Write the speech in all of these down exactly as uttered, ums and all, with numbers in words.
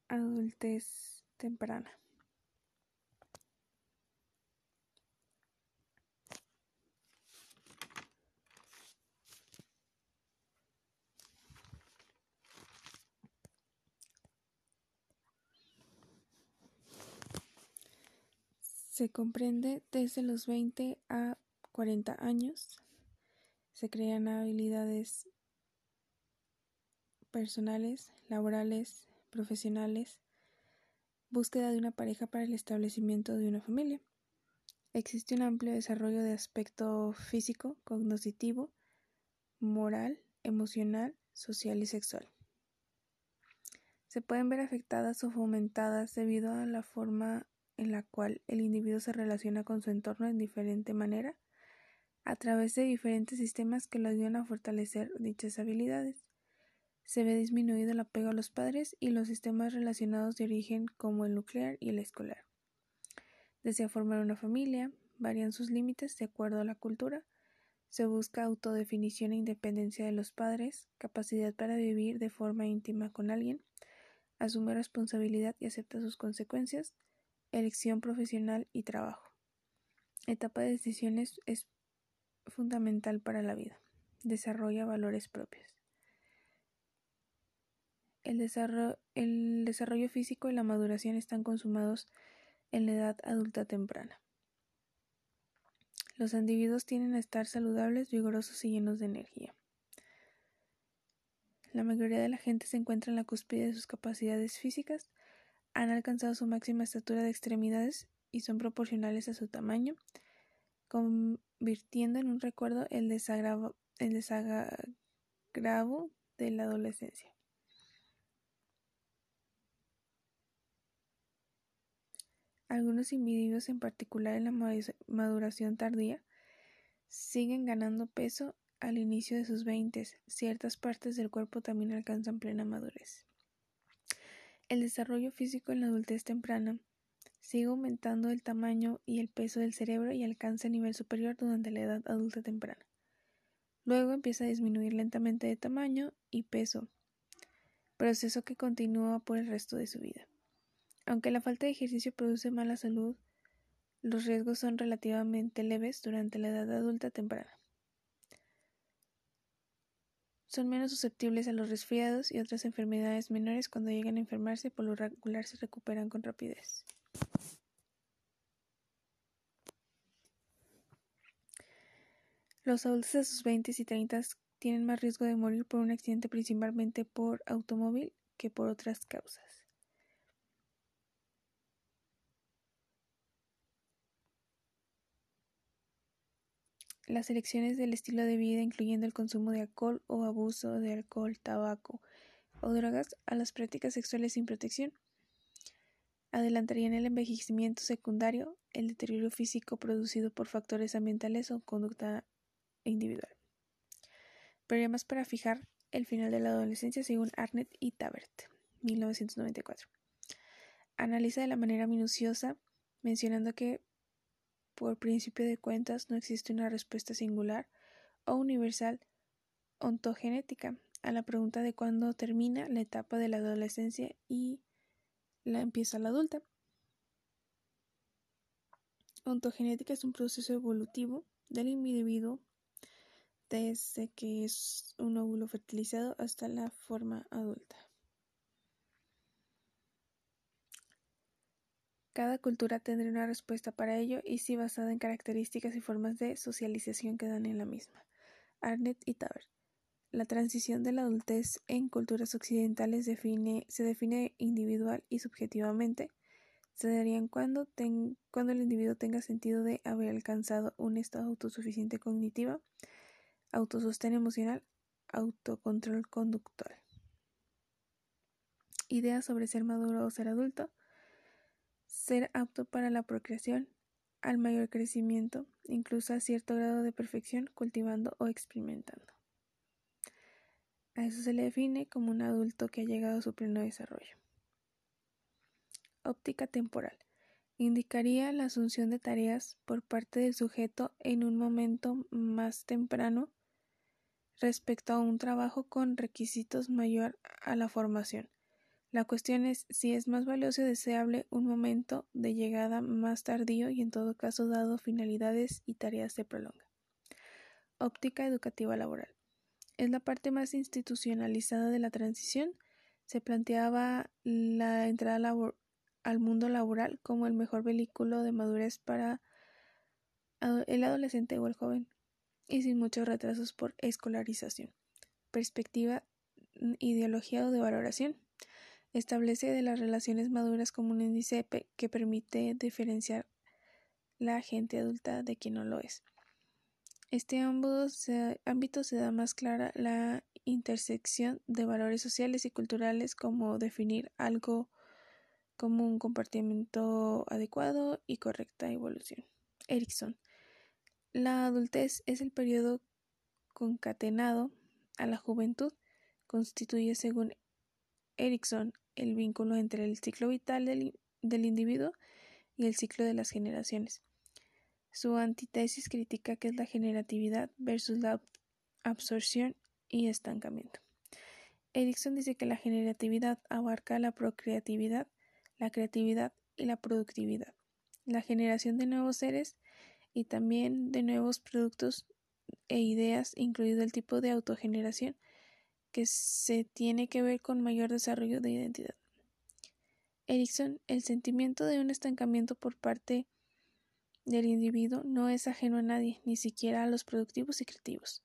adultez temprana. Se comprende desde los veinte a cuarenta años. Se crean habilidades personales, laborales, profesionales, búsqueda de una pareja para el establecimiento de una familia. Existe un amplio desarrollo de aspecto físico, cognitivo, moral, emocional, social y sexual. Se pueden ver afectadas o fomentadas debido a la forma en la cual el individuo se relaciona con su entorno en diferente manera, a través de diferentes sistemas que lo ayudan a fortalecer dichas habilidades. Se ve disminuido el apego a los padres y los sistemas relacionados de origen como el nuclear y el escolar. Desea formar una familia, varían sus límites de acuerdo a la cultura, se busca autodefinición e independencia de los padres, capacidad para vivir de forma íntima con alguien, asume responsabilidad y acepta sus consecuencias, elección profesional y trabajo. Etapa de decisiones es fundamental para la vida, desarrolla valores propios. El desarrollo, el desarrollo físico y la maduración están consumados en la edad adulta temprana. Los individuos tienden a estar saludables, vigorosos y llenos de energía. La mayoría de la gente se encuentra en la cúspide de sus capacidades físicas, han alcanzado su máxima estatura de extremidades y son proporcionales a su tamaño, convirtiendo en un recuerdo el desagravo, el desagravo de la adolescencia. Algunos individuos, en particular en la maduración tardía, siguen ganando peso al inicio de sus veintes. Ciertas partes del cuerpo también alcanzan plena madurez. El desarrollo físico en la adultez temprana sigue aumentando el tamaño y el peso del cerebro y alcanza el nivel superior durante la edad adulta temprana. Luego empieza a disminuir lentamente de tamaño y peso, proceso que continúa por el resto de su vida. Aunque la falta de ejercicio produce mala salud, los riesgos son relativamente leves durante la edad adulta temprana. Son menos susceptibles a los resfriados y otras enfermedades menores. Cuando llegan a enfermarse, por lo regular se recuperan con rapidez. Los adultos a sus veinte y treinta tienen más riesgo de morir por un accidente, principalmente por automóvil, que por otras causas. Las elecciones del estilo de vida, incluyendo el consumo de alcohol o abuso de alcohol, tabaco o drogas, a las prácticas sexuales sin protección, adelantarían el envejecimiento secundario, el deterioro físico producido por factores ambientales o conducta individual. Programas para fijar el final de la adolescencia según Arnett y Tabert, mil novecientos noventa y cuatro. Analiza de la manera minuciosa, mencionando que por principio de cuentas no existe una respuesta singular o universal ontogenética a la pregunta de cuándo termina la etapa de la adolescencia y la empieza la adulta. Ontogenética es un proceso evolutivo del individuo desde que es un óvulo fertilizado hasta la forma adulta. Cada cultura tendrá una respuesta para ello y sí basada en características y formas de socialización que dan en la misma. Arnett y Tabert. La transición de la adultez en culturas occidentales define, se define individual y subjetivamente. Se darían cuando, ten, cuando el individuo tenga sentido de haber alcanzado un estado autosuficiente cognitiva, autosostén emocional, autocontrol conductual. Ideas sobre ser maduro o ser adulto. Ser apto para la procreación, al mayor crecimiento, incluso a cierto grado de perfección, cultivando o experimentando. A eso se le define como un adulto que ha llegado a su pleno desarrollo. Óptica temporal. Indicaría la asunción de tareas por parte del sujeto en un momento más temprano respecto a un trabajo con requisitos mayor a la formación. La cuestión es si es más valioso y deseable un momento de llegada más tardío y en todo caso dado finalidades y tareas se prolonga. Óptica educativa laboral. Es la parte más institucionalizada de la transición. Se planteaba la entrada labor- al mundo laboral como el mejor vehículo de madurez para el adolescente o el joven, y sin muchos retrasos por escolarización. Perspectiva, ideología o de valoración. Establece de las relaciones maduras como un índice que permite diferenciar la gente adulta de quien no lo es. Este ambos se, ámbito se da más clara la intersección de valores sociales y culturales, como definir algo como un comportamiento adecuado y correcta evolución. Erikson. La adultez es el periodo concatenado a la juventud. Constituye, según Erikson, el vínculo entre el ciclo vital del, del individuo y el ciclo de las generaciones. Su antítesis critica que es la generatividad versus la absorción y estancamiento. Erikson dice que la generatividad abarca la procreatividad, la creatividad y la productividad, la generación de nuevos seres y también de nuevos productos e ideas, incluido el tipo de autogeneración que se tiene que ver con mayor desarrollo de identidad. Erikson, el sentimiento de un estancamiento por parte del individuo no es ajeno a nadie, ni siquiera a los productivos y creativos.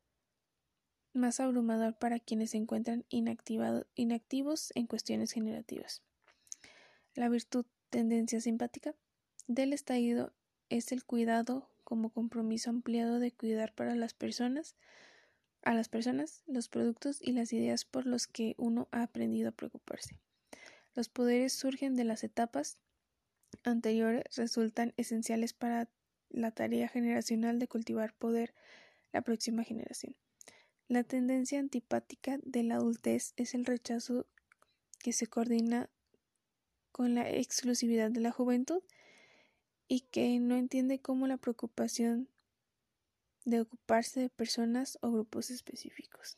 Más abrumador para quienes se encuentran inactivos en cuestiones generativas. La virtud, tendencia simpática, del estallido es el cuidado como compromiso ampliado de cuidar para las personas, a las personas, los productos y las ideas por los que uno ha aprendido a preocuparse. Los poderes surgen de las etapas anteriores, resultan esenciales para la tarea generacional de cultivar poder la próxima generación. La tendencia antipática de la adultez es el rechazo que se coordina con la exclusividad de la juventud y que no entiende cómo la preocupación de ocuparse de personas o grupos específicos.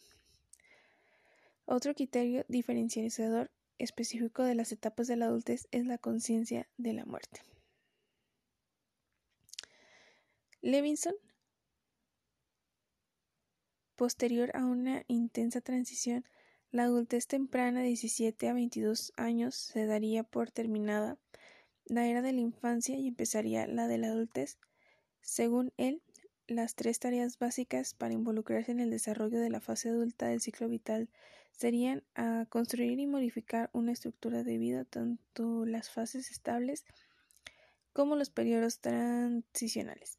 Otro criterio diferenciador específico de las etapas de la adultez es la conciencia de la muerte. Levinson, posterior a una intensa transición, la adultez temprana de diecisiete a veintidós años se daría por terminada la era de la infancia y empezaría la de la adultez. Según él, las tres tareas básicas para involucrarse en el desarrollo de la fase adulta del ciclo vital serían a construir y modificar una estructura de vida, tanto las fases estables como los periodos transicionales.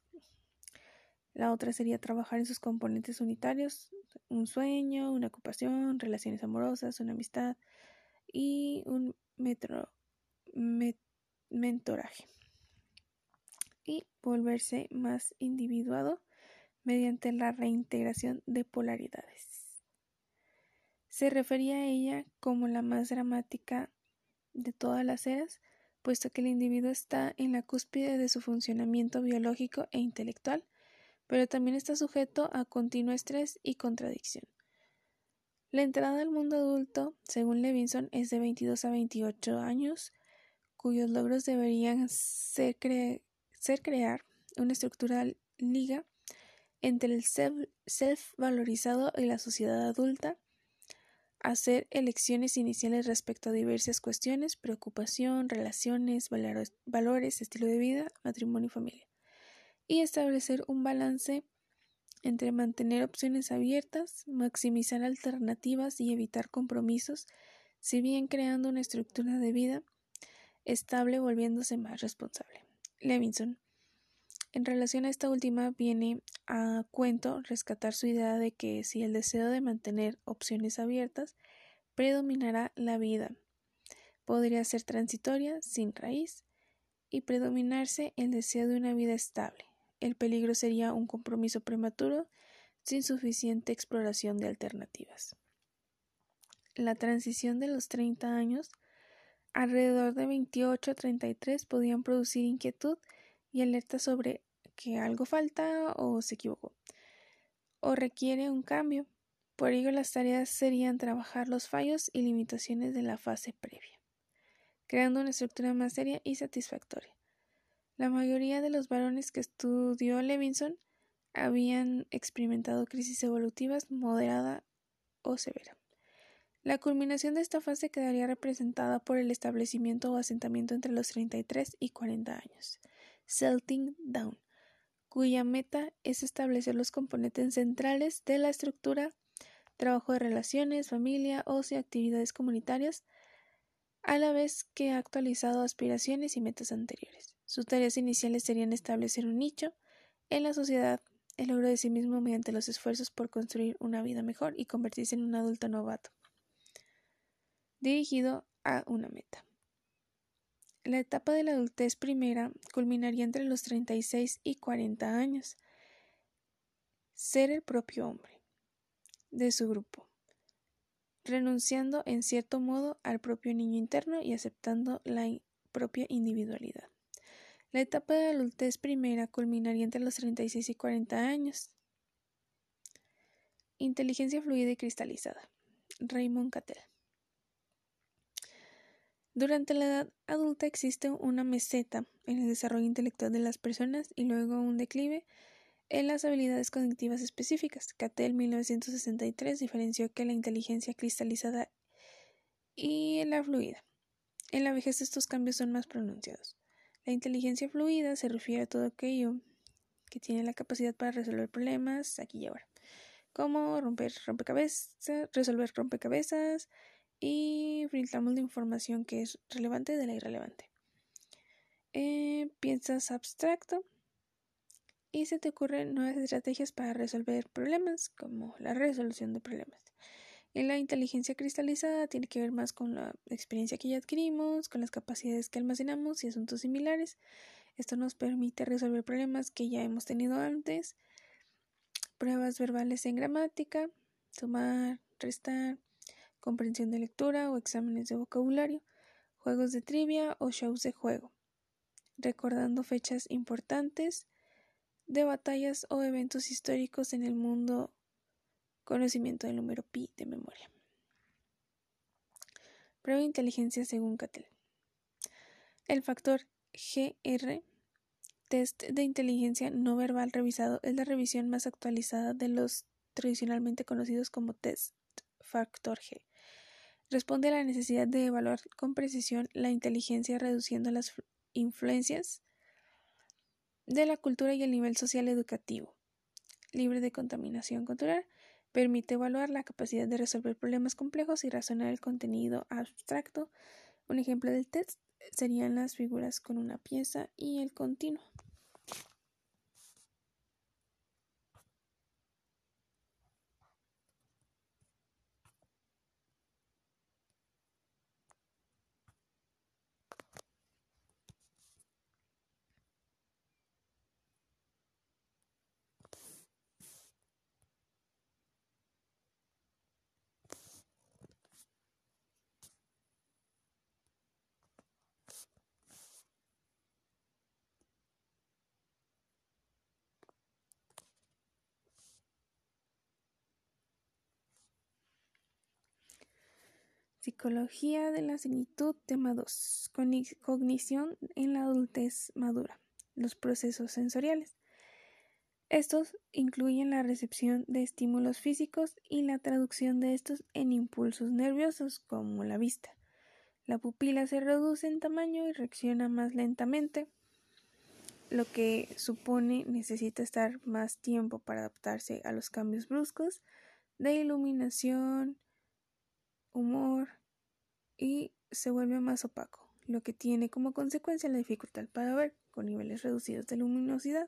La otra sería trabajar en sus componentes unitarios, un sueño, una ocupación, relaciones amorosas, una amistad y un metro, met, mentoraje. Y volverse más individuado mediante la reintegración de polaridades. Se refería a ella como la más dramática de todas las eras, puesto que el individuo está en la cúspide de su funcionamiento biológico e intelectual, pero también está sujeto a continuo estrés y contradicción. La entrada al mundo adulto, según Levinson, es de veintidós a veintiocho años, cuyos logros deberían ser, cre- ser crear una estructura liga entre el self-valorizado y la sociedad adulta, hacer elecciones iniciales respecto a diversas cuestiones, preocupación, relaciones, valores, valores, estilo de vida, matrimonio y familia, y establecer un balance entre mantener opciones abiertas, maximizar alternativas y evitar compromisos, si bien creando una estructura de vida estable volviéndose más responsable. Levinson. En relación a esta última, viene a cuento rescatar su idea de que si el deseo de mantener opciones abiertas predominará la vida, podría ser transitoria, sin raíz, y predominarse el deseo de una vida estable. El peligro sería un compromiso prematuro sin suficiente exploración de alternativas. La transición de los treinta años, alrededor de veintiocho a treinta y tres, podían producir inquietud y alerta sobre que algo falta o se equivocó, o requiere un cambio. Por ello, las tareas serían trabajar los fallos y limitaciones de la fase previa, creando una estructura más seria y satisfactoria. La mayoría de los varones que estudió Levinson habían experimentado crisis evolutivas moderada o severa. La culminación de esta fase quedaría representada por el establecimiento o asentamiento entre los treinta y tres y cuarenta años, settling down, cuya meta es establecer los componentes centrales de la estructura, trabajo de relaciones, familia, ocio y actividades comunitarias, a la vez que ha actualizado aspiraciones y metas anteriores. Sus tareas iniciales serían establecer un nicho en la sociedad, el logro de sí mismo mediante los esfuerzos por construir una vida mejor y convertirse en un adulto novato, dirigido a una meta. La etapa de la adultez primera culminaría entre los treinta y seis y cuarenta años. Ser el propio hombre de su grupo, renunciando en cierto modo al propio niño interno y aceptando la in- propia individualidad. La etapa de la adultez primera culminaría entre los treinta y seis y cuarenta años. Inteligencia fluida y cristalizada. Raymond Cattell. Durante la edad adulta existe una meseta en el desarrollo intelectual de las personas y luego un declive en las habilidades cognitivas específicas. Cattell, mil novecientos sesenta y tres, diferenció que la inteligencia cristalizada y la fluida. En la vejez estos cambios son más pronunciados. La inteligencia fluida se refiere a todo aquello que tiene la capacidad para resolver problemas aquí y ahora, como romper rompecabezas, resolver rompecabezas y filtramos la información que es relevante de la irrelevante. Eh, piensas abstracto y se te ocurren nuevas estrategias para resolver problemas, como la resolución de problemas. Y la inteligencia cristalizada tiene que ver más con la experiencia que ya adquirimos, con las capacidades que almacenamos y asuntos similares. Esto nos permite resolver problemas que ya hemos tenido antes, pruebas verbales en gramática, sumar, restar, comprensión de lectura o exámenes de vocabulario, juegos de trivia o shows de juego, recordando fechas importantes de batallas o eventos históricos en el mundo, conocimiento del número pi de memoria. Prueba de inteligencia según Cattell. El factor G R, test de inteligencia no verbal revisado, es la revisión más actualizada de los tradicionalmente conocidos como test factor G. Responde a la necesidad de evaluar con precisión la inteligencia reduciendo las influencias de la cultura y el nivel social educativo, libre de contaminación cultural. Permite evaluar la capacidad de resolver problemas complejos y razonar el contenido abstracto. Un ejemplo del test serían las figuras con una pieza y el continuo. Psicología de la Senilitud, tema dos. Cognición en la adultez madura. Los procesos sensoriales. Estos incluyen la recepción de estímulos físicos y la traducción de estos en impulsos nerviosos, como la vista. La pupila se reduce en tamaño y reacciona más lentamente, lo que supone necesita estar más tiempo para adaptarse a los cambios bruscos de iluminación, humor, y se vuelve más opaco, lo que tiene como consecuencia la dificultad para ver con niveles reducidos de luminosidad.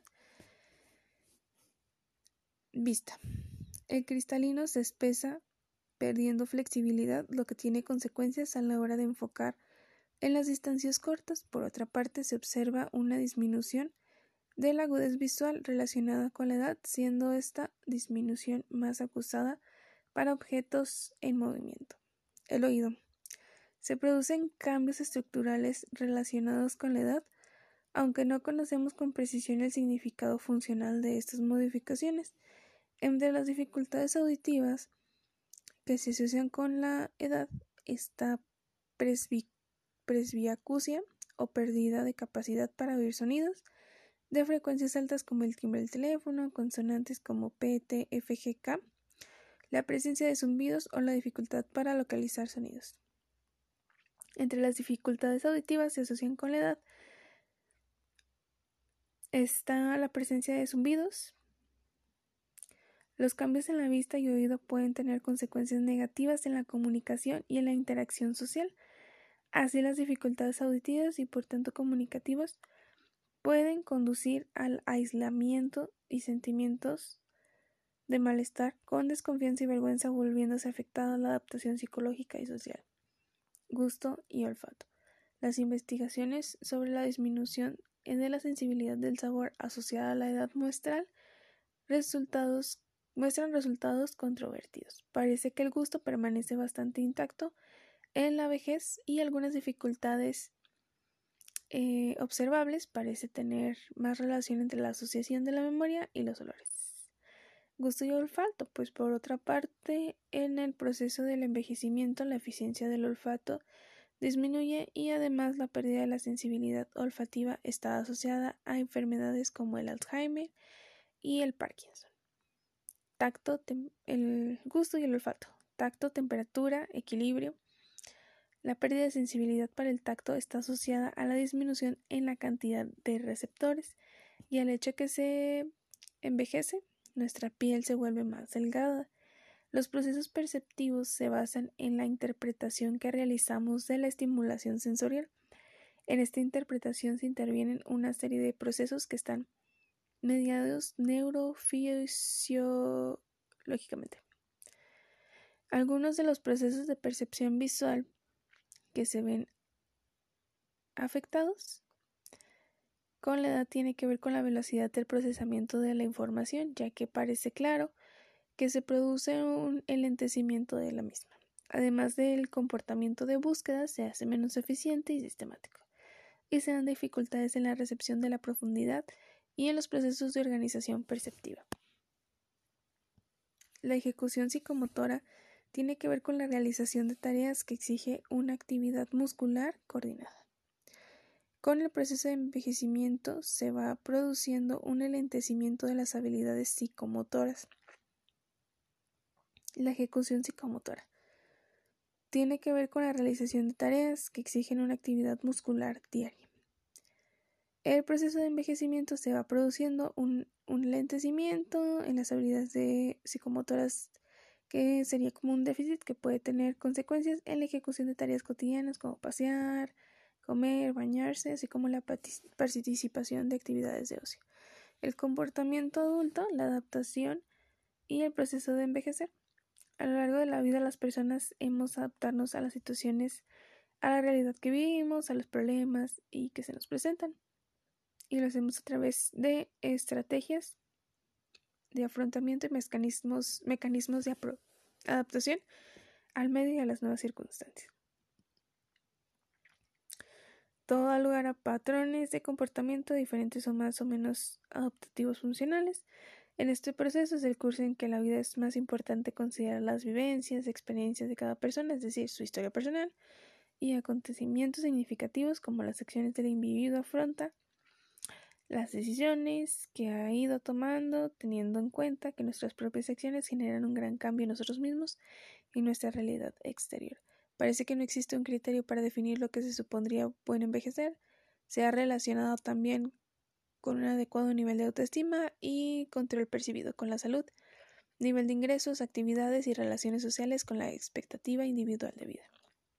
Vista. El cristalino se espesa perdiendo flexibilidad, lo que tiene consecuencias a la hora de enfocar en las distancias cortas. Por otra parte, se observa una disminución de la agudez visual relacionada con la edad, siendo esta disminución más acusada para objetos en movimiento. El oído. Se producen cambios estructurales relacionados con la edad, aunque no conocemos con precisión el significado funcional de estas modificaciones. Entre las dificultades auditivas que se asocian con la edad está presbi- presbiacusia o pérdida de capacidad para oír sonidos de frecuencias altas como el timbre del teléfono, consonantes como P, T, F, G, K, la presencia de zumbidos o la dificultad para localizar sonidos. Entre las dificultades auditivas se asocian con la edad está la presencia de zumbidos. Los cambios en la vista y oído pueden tener consecuencias negativas en la comunicación y en la interacción social. Así, las dificultades auditivas y por tanto comunicativas pueden conducir al aislamiento y sentimientos de malestar con desconfianza y vergüenza, volviéndose afectada la adaptación psicológica y social. Gusto y olfato. Las investigaciones sobre la disminución de la sensibilidad del sabor asociada a la edad muestran resultados, muestran resultados controvertidos. Parece que el gusto permanece bastante intacto en la vejez y algunas dificultades eh, observables parece tener más relación entre la asociación de la memoria y los olores. Gusto y olfato, pues por otra parte, en el proceso del envejecimiento la eficiencia del olfato disminuye y además la pérdida de la sensibilidad olfativa está asociada a enfermedades como el Alzheimer y el Parkinson. Tacto, el gusto y el olfato. Tacto, temperatura, equilibrio. La pérdida de sensibilidad para el tacto está asociada a la disminución en la cantidad de receptores y al hecho que se envejece, nuestra piel se vuelve más delgada. Los procesos perceptivos se basan en la interpretación que realizamos de la estimulación sensorial. En esta interpretación se intervienen una serie de procesos que están mediados neurofisiológicamente. Algunos de los procesos de percepción visual que se ven afectados con la edad tiene que ver con la velocidad del procesamiento de la información, ya que parece claro que se produce un enlentecimiento de la misma. Además del comportamiento de búsqueda se hace menos eficiente y sistemático, y se dan dificultades en la recepción de la profundidad y en los procesos de organización perceptiva. La ejecución psicomotora tiene que ver con la realización de tareas que exige una actividad muscular coordinada. Con el proceso de envejecimiento se va produciendo un enlentecimiento de las habilidades psicomotoras. La ejecución psicomotora tiene que ver con la realización de tareas que exigen una actividad muscular diaria. El proceso de envejecimiento se va produciendo un, un enlentecimiento en las habilidades de psicomotoras, que sería como un déficit que puede tener consecuencias en la ejecución de tareas cotidianas como pasear, comer, bañarse, así como la participación de actividades de ocio. El comportamiento adulto, la adaptación y el proceso de envejecer. A lo largo de la vida las personas hemos adaptarnos a las situaciones, a la realidad que vivimos, a los problemas y que se nos presentan. Y lo hacemos a través de estrategias de afrontamiento y mecanismos, mecanismos de adaptación al medio y a las nuevas circunstancias. Todo da lugar a patrones de comportamiento diferentes o más o menos adaptativos funcionales. En este proceso es el curso en que la vida es más importante considerar las vivencias, experiencias de cada persona, es decir, su historia personal, y acontecimientos significativos como las acciones del individuo afronta las decisiones que ha ido tomando, teniendo en cuenta que nuestras propias acciones generan un gran cambio en nosotros mismos y nuestra realidad exterior. Parece que no existe un criterio para definir lo que se supondría buen envejecer. Se ha relacionado también con un adecuado nivel de autoestima y control percibido con la salud, nivel de ingresos, actividades y relaciones sociales con la expectativa individual de vida.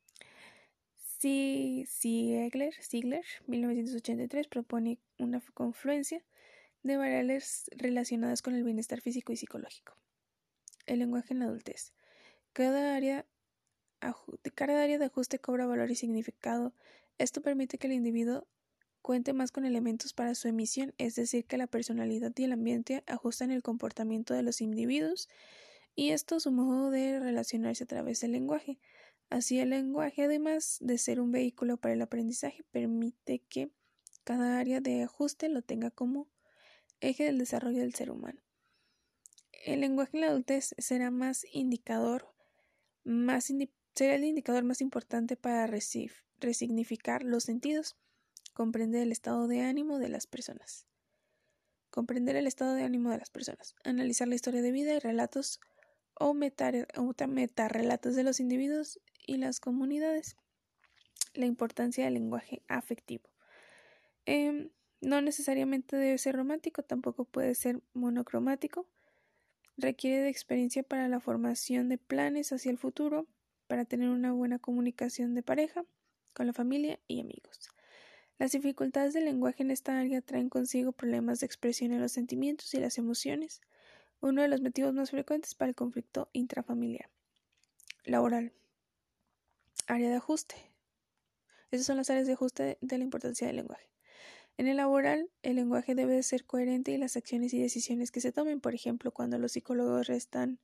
Ziegler, Ziegler, mil novecientos ochenta y tres, propone una confluencia de variables relacionadas con el bienestar físico y psicológico. El lenguaje en la adultez. Cada área, cada área de ajuste cobra valor y significado. Esto permite que el individuo cuente más con elementos para su emisión, es decir, que la personalidad y el ambiente ajustan el comportamiento de los individuos y esto su modo de relacionarse a través del lenguaje. Así, el lenguaje, además de ser un vehículo para el aprendizaje, permite que cada área de ajuste lo tenga como eje del desarrollo del ser humano. El lenguaje en la adultez será más indicador más indi- será el indicador más importante para resignificar los sentidos, comprender el estado de ánimo de las personas. Comprender el estado de ánimo de las personas, analizar la historia de vida y relatos o metarrelatos de los individuos y las comunidades. La importancia del lenguaje afectivo. Eh, no necesariamente debe ser romántico, tampoco puede ser monocromático. Requiere de experiencia para la formación de planes hacia el futuro, para tener una buena comunicación de pareja, con la familia y amigos. Las dificultades del lenguaje en esta área traen consigo problemas de expresión en los sentimientos y las emociones, uno de los motivos más frecuentes para el conflicto intrafamiliar. Laboral. Área de ajuste. Esas son las áreas de ajuste de la importancia del lenguaje. En el laboral, el lenguaje debe ser coherente y las acciones y decisiones que se tomen, por ejemplo, cuando los psicólogos restan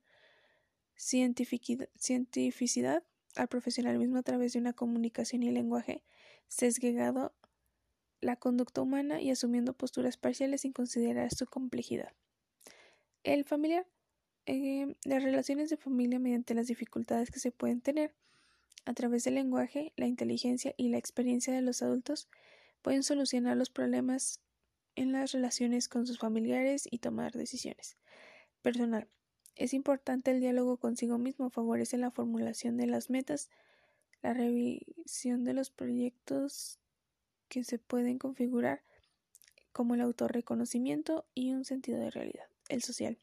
cientificidad al profesionalismo a través de una comunicación y lenguaje sesgado la conducta humana y asumiendo posturas parciales sin considerar su complejidad. El familiar. Eh, las relaciones de familia mediante las dificultades que se pueden tener a través del lenguaje, la inteligencia y la experiencia de los adultos pueden solucionar los problemas en las relaciones con sus familiares y tomar decisiones. Personal. Es importante el diálogo consigo mismo, favorece la formulación de las metas, la revisión de los proyectos que se pueden configurar como el autorreconocimiento y un sentido de realidad. El social.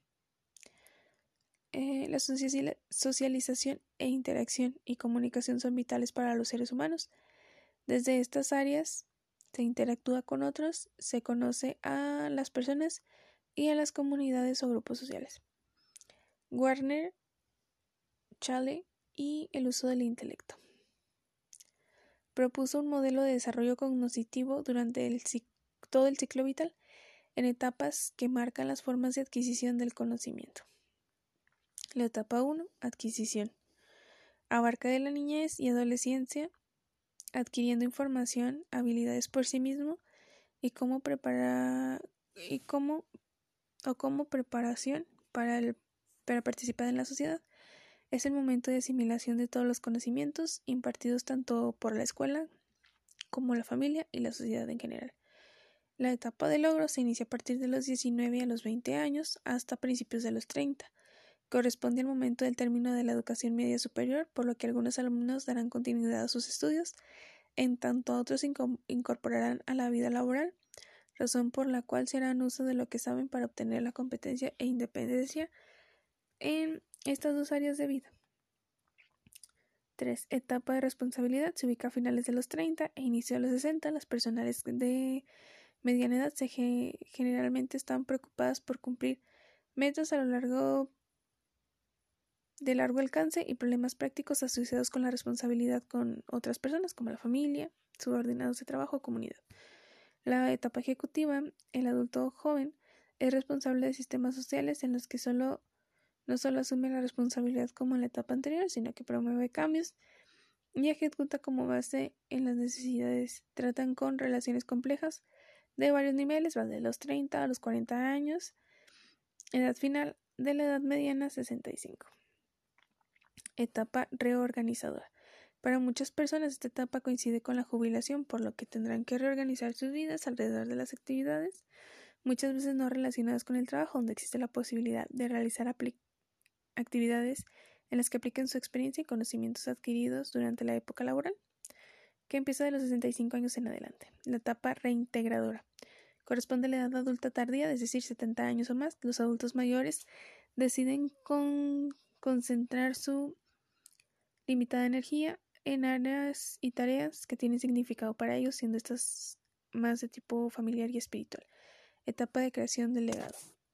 Eh, la socialización e interacción y comunicación son vitales para los seres humanos. Desde estas áreas se interactúa con otros, se conoce a las personas y a las comunidades o grupos sociales. Warner, Chale y el uso del intelecto. Propuso un modelo de desarrollo cognitivo durante el todo el ciclo vital, en etapas que marcan las formas de adquisición del conocimiento. La etapa uno, adquisición. Abarca de la niñez y adolescencia, adquiriendo información, habilidades por sí mismo y cómo preparar y cómo o como preparación para, el, para participar en la sociedad. Es el momento de asimilación de todos los conocimientos impartidos tanto por la escuela como la familia y la sociedad en general. La etapa de logro se inicia a partir de los diecinueve a los veinte años hasta principios de los treinta. Corresponde al momento del término de la educación media superior, por lo que algunos alumnos darán continuidad a sus estudios, en tanto otros se incorporarán a la vida laboral, razón por la cual se harán uso de lo que saben para obtener la competencia e independencia en estas dos áreas de vida. tres. Etapa de responsabilidad. Se ubica a finales de los treinta e inicio de los sesenta. Las personas de mediana edad se ge- generalmente están preocupadas por cumplir metas a lo largo de largo alcance y problemas prácticos asociados con la responsabilidad con otras personas como la familia, subordinados de trabajo o comunidad. La etapa ejecutiva. El adulto joven es responsable de sistemas sociales en los que solo no solo asume la responsabilidad como en la etapa anterior, sino que promueve cambios y ejecuta como base en las necesidades. Tratan con relaciones complejas de varios niveles, va de los treinta a los cuarenta años, edad final de la edad mediana sesenta y cinco. Etapa reorganizadora. Para muchas personas esta etapa coincide con la jubilación, por lo que tendrán que reorganizar sus vidas alrededor de las actividades, muchas veces no relacionadas con el trabajo, donde existe la posibilidad de realizar aplicaciones actividades en las que apliquen su experiencia y conocimientos adquiridos durante la época laboral, que empieza de los sesenta y cinco años en adelante. La etapa reintegradora. Corresponde a la edad adulta tardía, es decir, setenta años o más. Los adultos mayores deciden con concentrar su limitada energía en áreas y tareas que tienen significado para ellos, siendo estas más de tipo familiar y espiritual. Etapa de creación del legado.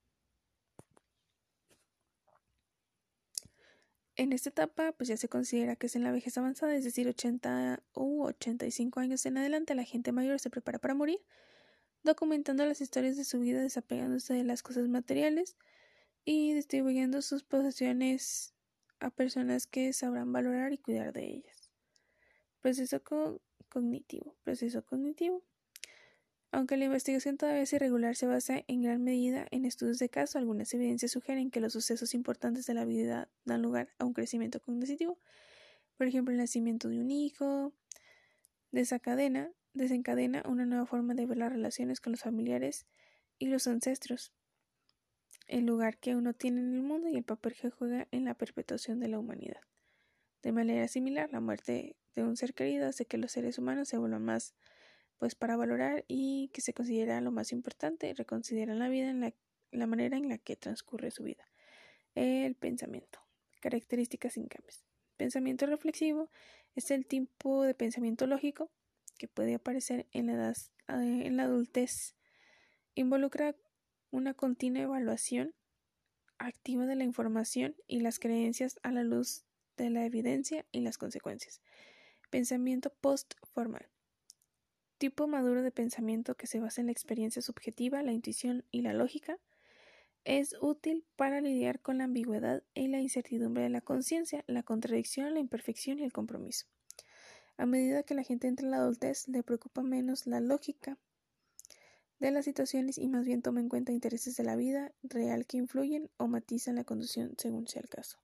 En esta etapa, pues ya se considera que es en la vejez avanzada, es decir, ochenta u ochenta y cinco años en adelante, la gente mayor se prepara para morir, documentando las historias de su vida, desapegándose de las cosas materiales y distribuyendo sus posesiones a personas que sabrán valorar y cuidar de ellas. Proceso co- cognitivo. Proceso cognitivo. Aunque la investigación todavía es irregular, se basa en gran medida en estudios de caso. Algunas evidencias sugieren que los sucesos importantes de la vida dan lugar a un crecimiento cognitivo. Por ejemplo, el nacimiento de un hijo desencadena, desencadena una nueva forma de ver las relaciones con los familiares y los ancestros, el lugar que uno tiene en el mundo y el papel que juega en la perpetuación de la humanidad. De manera similar, la muerte de un ser querido hace que los seres humanos se vuelvan más pues para valorar y que se considera lo más importante, reconsideran la vida en la, la manera en la que transcurre su vida. El pensamiento. Características sin cambios. Pensamiento reflexivo es el tipo de pensamiento lógico que puede aparecer en la, edad, en la adultez. Involucra una continua evaluación activa de la información y las creencias a la luz de la evidencia y las consecuencias. Pensamiento post-formal. Tipo maduro de pensamiento que se basa en la experiencia subjetiva, la intuición y la lógica. Es útil para lidiar con la ambigüedad y la incertidumbre de la conciencia, la contradicción, la imperfección y el compromiso. A medida que la gente entra en la adultez, le preocupa menos la lógica de las situaciones y más bien toma en cuenta intereses de la vida real que influyen o matizan la conducción según sea el caso.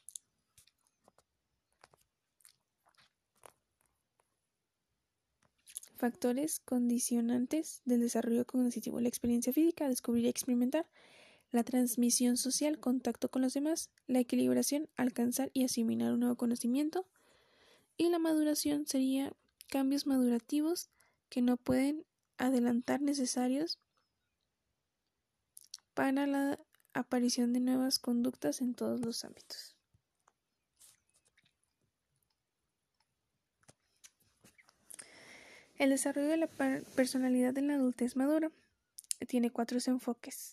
Factores condicionantes del desarrollo cognitivo: la experiencia física, descubrir y experimentar; la transmisión social, contacto con los demás; la equilibración, alcanzar y asimilar un nuevo conocimiento; y la maduración sería cambios madurativos que no pueden adelantar necesarios para la aparición de nuevas conductas en todos los ámbitos. El desarrollo de la personalidad en la adultez madura tiene cuatro enfoques.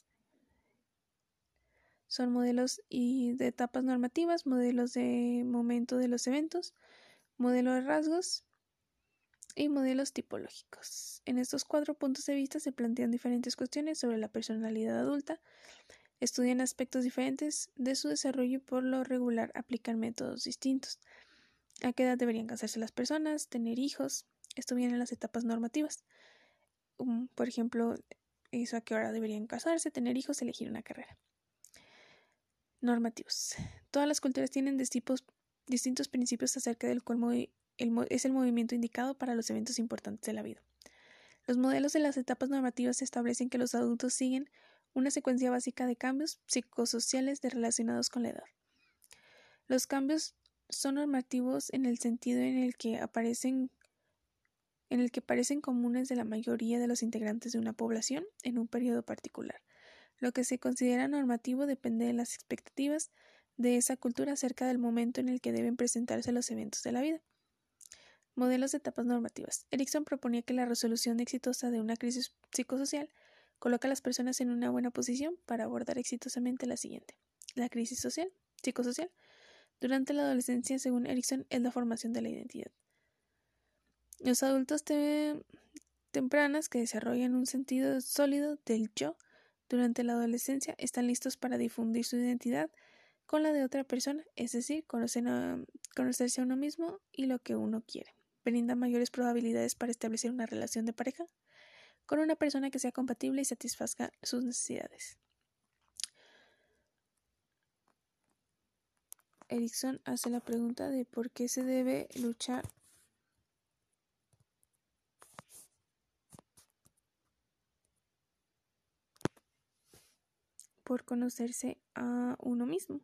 Son modelos y de etapas normativas, modelos de momento de los eventos, modelo de rasgos y modelos tipológicos. En estos cuatro puntos de vista se plantean diferentes cuestiones sobre la personalidad adulta, estudian aspectos diferentes de su desarrollo y por lo regular aplican métodos distintos. ¿A qué edad deberían casarse las personas? ¿Tener hijos? Esto viene en las etapas normativas. Um, por ejemplo, eso a qué hora deberían casarse, tener hijos, elegir una carrera. Normativos. Todas las culturas tienen distintos, distintos principios acerca del cual movi- el mo- es el movimiento indicado para los eventos importantes de la vida. Los modelos de las etapas normativas establecen que los adultos siguen una secuencia básica de cambios psicosociales de relacionados con la edad. Los cambios son normativos en el sentido en el que aparecen en el que parecen comunes de la mayoría de los integrantes de una población en un periodo particular. Lo que se considera normativo depende de las expectativas de esa cultura acerca del momento en el que deben presentarse los eventos de la vida. Modelos de etapas normativas. Erikson proponía que la resolución exitosa de una crisis psicosocial coloca a las personas en una buena posición para abordar exitosamente la siguiente. La crisis social, psicosocial. Durante la adolescencia, según Erikson, es la formación de la identidad. Los adultos te tempranas que desarrollan un sentido sólido del yo durante la adolescencia están listos para difundir su identidad con la de otra persona, es decir, conocer a, conocerse a uno mismo y lo que uno quiere. Brinda mayores probabilidades para establecer una relación de pareja con una persona que sea compatible y satisfaga sus necesidades. Erikson hace la pregunta de por qué se debe luchar por conocerse a uno mismo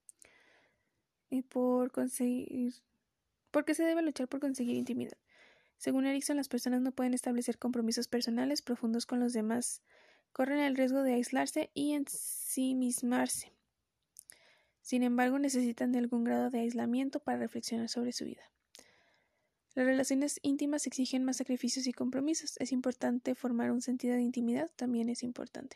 y por conseguir, ¿por qué se debe luchar por conseguir intimidad? Según Erikson, las personas no pueden establecer compromisos personales profundos con los demás, corren el riesgo de aislarse y ensimismarse. Sin embargo, necesitan de algún grado de aislamiento para reflexionar sobre su vida. Las relaciones íntimas exigen más sacrificios y compromisos. Es importante formar un sentido de intimidad, también es importante.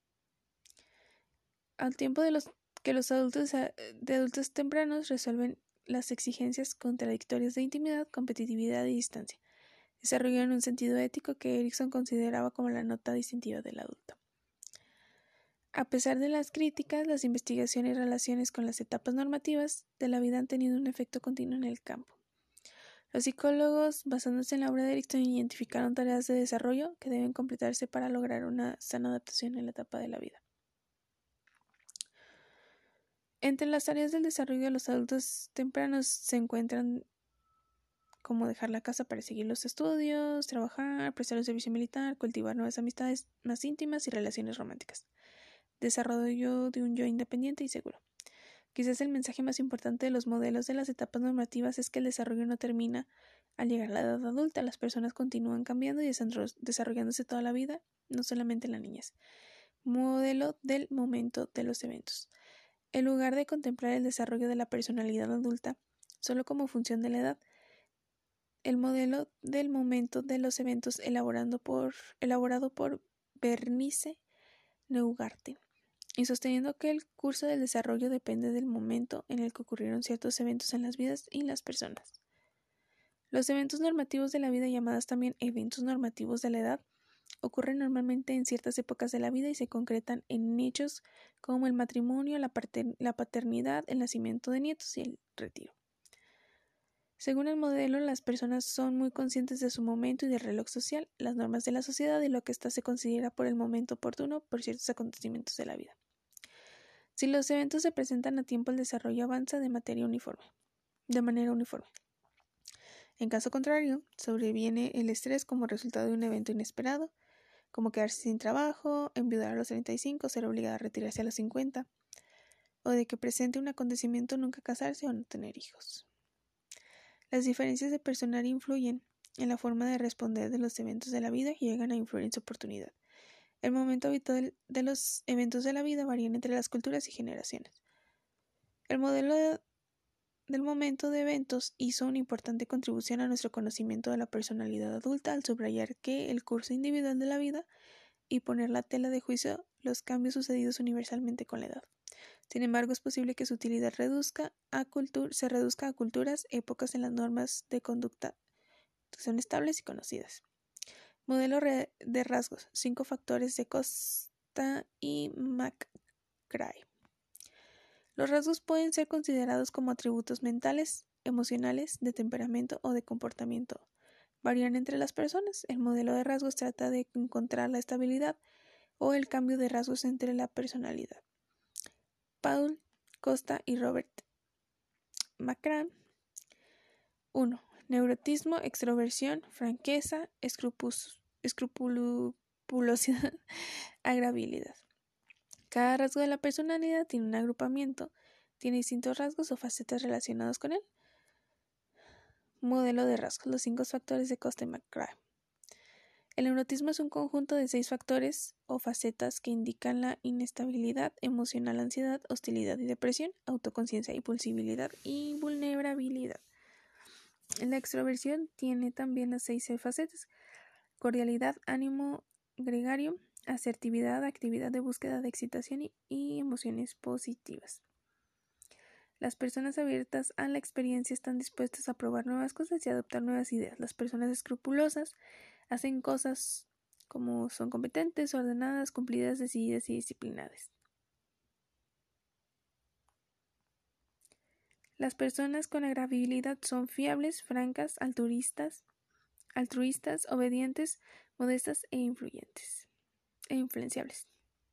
Al tiempo de los que los adultos de adultos tempranos resuelven las exigencias contradictorias de intimidad, competitividad y distancia, desarrollan un sentido ético que Erikson consideraba como la nota distintiva del adulto. A pesar de las críticas, las investigaciones y relaciones con las etapas normativas de la vida han tenido un efecto continuo en el campo. Los psicólogos, basándose en la obra de Erikson, identificaron tareas de desarrollo que deben completarse para lograr una sana adaptación en la etapa de la vida. Entre las tareas del desarrollo de los adultos tempranos se encuentran como dejar la casa para seguir los estudios, trabajar, prestar un servicio militar, cultivar nuevas amistades más íntimas y relaciones románticas. Desarrollo de un yo independiente y seguro. Quizás el mensaje más importante de los modelos de las etapas normativas es que el desarrollo no termina al llegar a la edad adulta. Las personas continúan cambiando y desarrollándose toda la vida, no solamente en la niñez. Modelo del momento de los eventos. En lugar de contemplar el desarrollo de la personalidad adulta solo como función de la edad, el modelo del momento de los eventos elaborado por, elaborado por Bernice Neugarten, y sosteniendo que el curso del desarrollo depende del momento en el que ocurrieron ciertos eventos en las vidas y las personas. Los eventos normativos de la vida, llamadas también eventos normativos de la edad, ocurren normalmente en ciertas épocas de la vida y se concretan en hechos como el matrimonio, la, pater- la paternidad, el nacimiento de nietos y el retiro. Según el modelo, las personas son muy conscientes de su momento y del reloj social, las normas de la sociedad y lo que ésta se considera por el momento oportuno por ciertos acontecimientos de la vida. Si los eventos se presentan a tiempo, el desarrollo avanza de materia uniforme, de manera uniforme. En caso contrario, sobreviene el estrés como resultado de un evento inesperado, como quedarse sin trabajo, enviudar a los treinta y cinco, ser obligada a retirarse a los cincuenta, o de que presente un acontecimiento nunca casarse o no tener hijos. Las diferencias de personal influyen en la forma de responder de los eventos de la vida y llegan a influir en su oportunidad. El momento habitual de los eventos de la vida varían entre las culturas y generaciones. El modelo de, del momento de eventos hizo una importante contribución a nuestro conocimiento de la personalidad adulta al subrayar que el curso individual de la vida y poner la tela de juicio los cambios sucedidos universalmente con la edad. Sin embargo, es posible que su utilidad reduzca a cultur- se reduzca a culturas, épocas en las normas de conducta que son estables y conocidas. Modelo de rasgos, cinco factores de Costa y McCrae. Los rasgos pueden ser considerados como atributos mentales, emocionales, de temperamento o de comportamiento. Varían entre las personas. El modelo de rasgos trata de encontrar la estabilidad o el cambio de rasgos entre la personalidad. Paul, Costa y Robert McCrae. uno. Neurotismo, extroversión, franqueza, escrupulosidad, agradabilidad. Cada rasgo de la personalidad tiene un agrupamiento, tiene distintos rasgos o facetas relacionados con él. Modelo de rasgos, los cinco factores de Costa y McCrae. El neurotismo es un conjunto de seis factores o facetas que indican la inestabilidad emocional, ansiedad, hostilidad y depresión, autoconciencia, impulsibilidad y vulnerabilidad. La extroversión tiene también las seis facetas: cordialidad, ánimo gregario, asertividad, actividad de búsqueda de excitación y, y emociones positivas. Las personas abiertas a la experiencia están dispuestas a probar nuevas cosas y adoptar nuevas ideas. Las personas escrupulosas hacen cosas como son competentes, ordenadas, cumplidas, decididas y disciplinadas. Las personas con agradabilidad son fiables, francas, altruistas, altruistas, obedientes, modestas e influyentes e influenciables.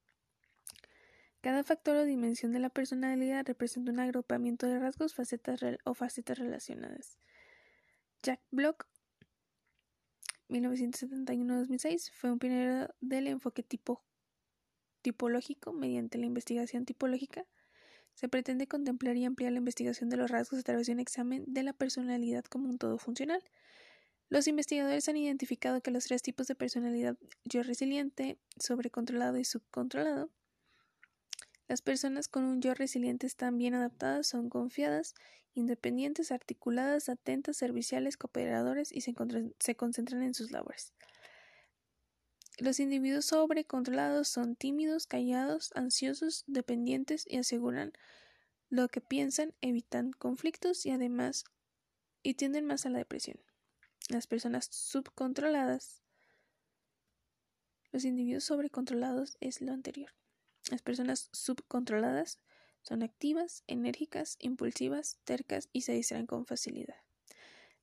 Cada factor o dimensión de la personalidad representa un agrupamiento de rasgos, facetas o facetas relacionadas. Jack Block, mil novecientos setenta y uno a dos mil seis, fue un pionero del enfoque tipo, tipológico. Mediante la investigación tipológica se pretende contemplar y ampliar la investigación de los rasgos a través de un examen de la personalidad como un todo funcional. Los investigadores han identificado que los tres tipos de personalidad, yo resiliente, sobrecontrolado y subcontrolado. Las personas con un yo resiliente están bien adaptadas, son confiadas, independientes, articuladas, atentas, serviciales, cooperadoras y se, se concentran en sus labores. Los individuos sobrecontrolados son tímidos, callados, ansiosos, dependientes y aseguran lo que piensan, evitan conflictos y además y tienden más a la depresión. Las personas subcontroladas, los individuos sobrecontrolados es lo anterior. Las personas subcontroladas son activas, enérgicas, impulsivas, tercas y se distraen con facilidad.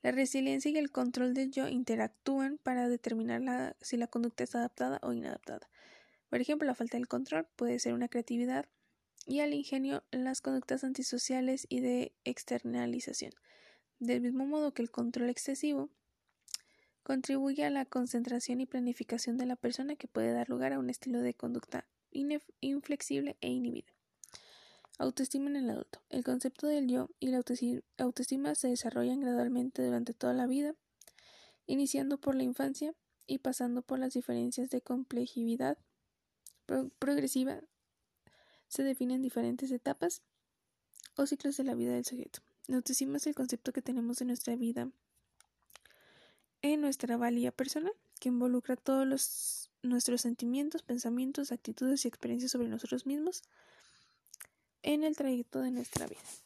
La resiliencia y el control del yo interactúan para determinar la, si la conducta es adaptada o inadaptada. Por ejemplo, la falta de control puede ser una creatividad y al ingenio las conductas antisociales y de externalización. Del mismo modo que el control excesivo contribuye a la concentración y planificación de la persona, que puede dar lugar a un estilo de conducta inflexible e inhibida. Autoestima en el adulto. El concepto del yo y la autoestima se desarrollan gradualmente durante toda la vida, iniciando por la infancia y pasando por las diferencias de complejidad pro- progresiva. Se definen diferentes etapas o ciclos de la vida del sujeto. La autoestima es el concepto que tenemos de nuestra vida, en nuestra valía personal, que involucra todos los, nuestros sentimientos, pensamientos, actitudes y experiencias sobre nosotros mismos en el trayecto de nuestra vida.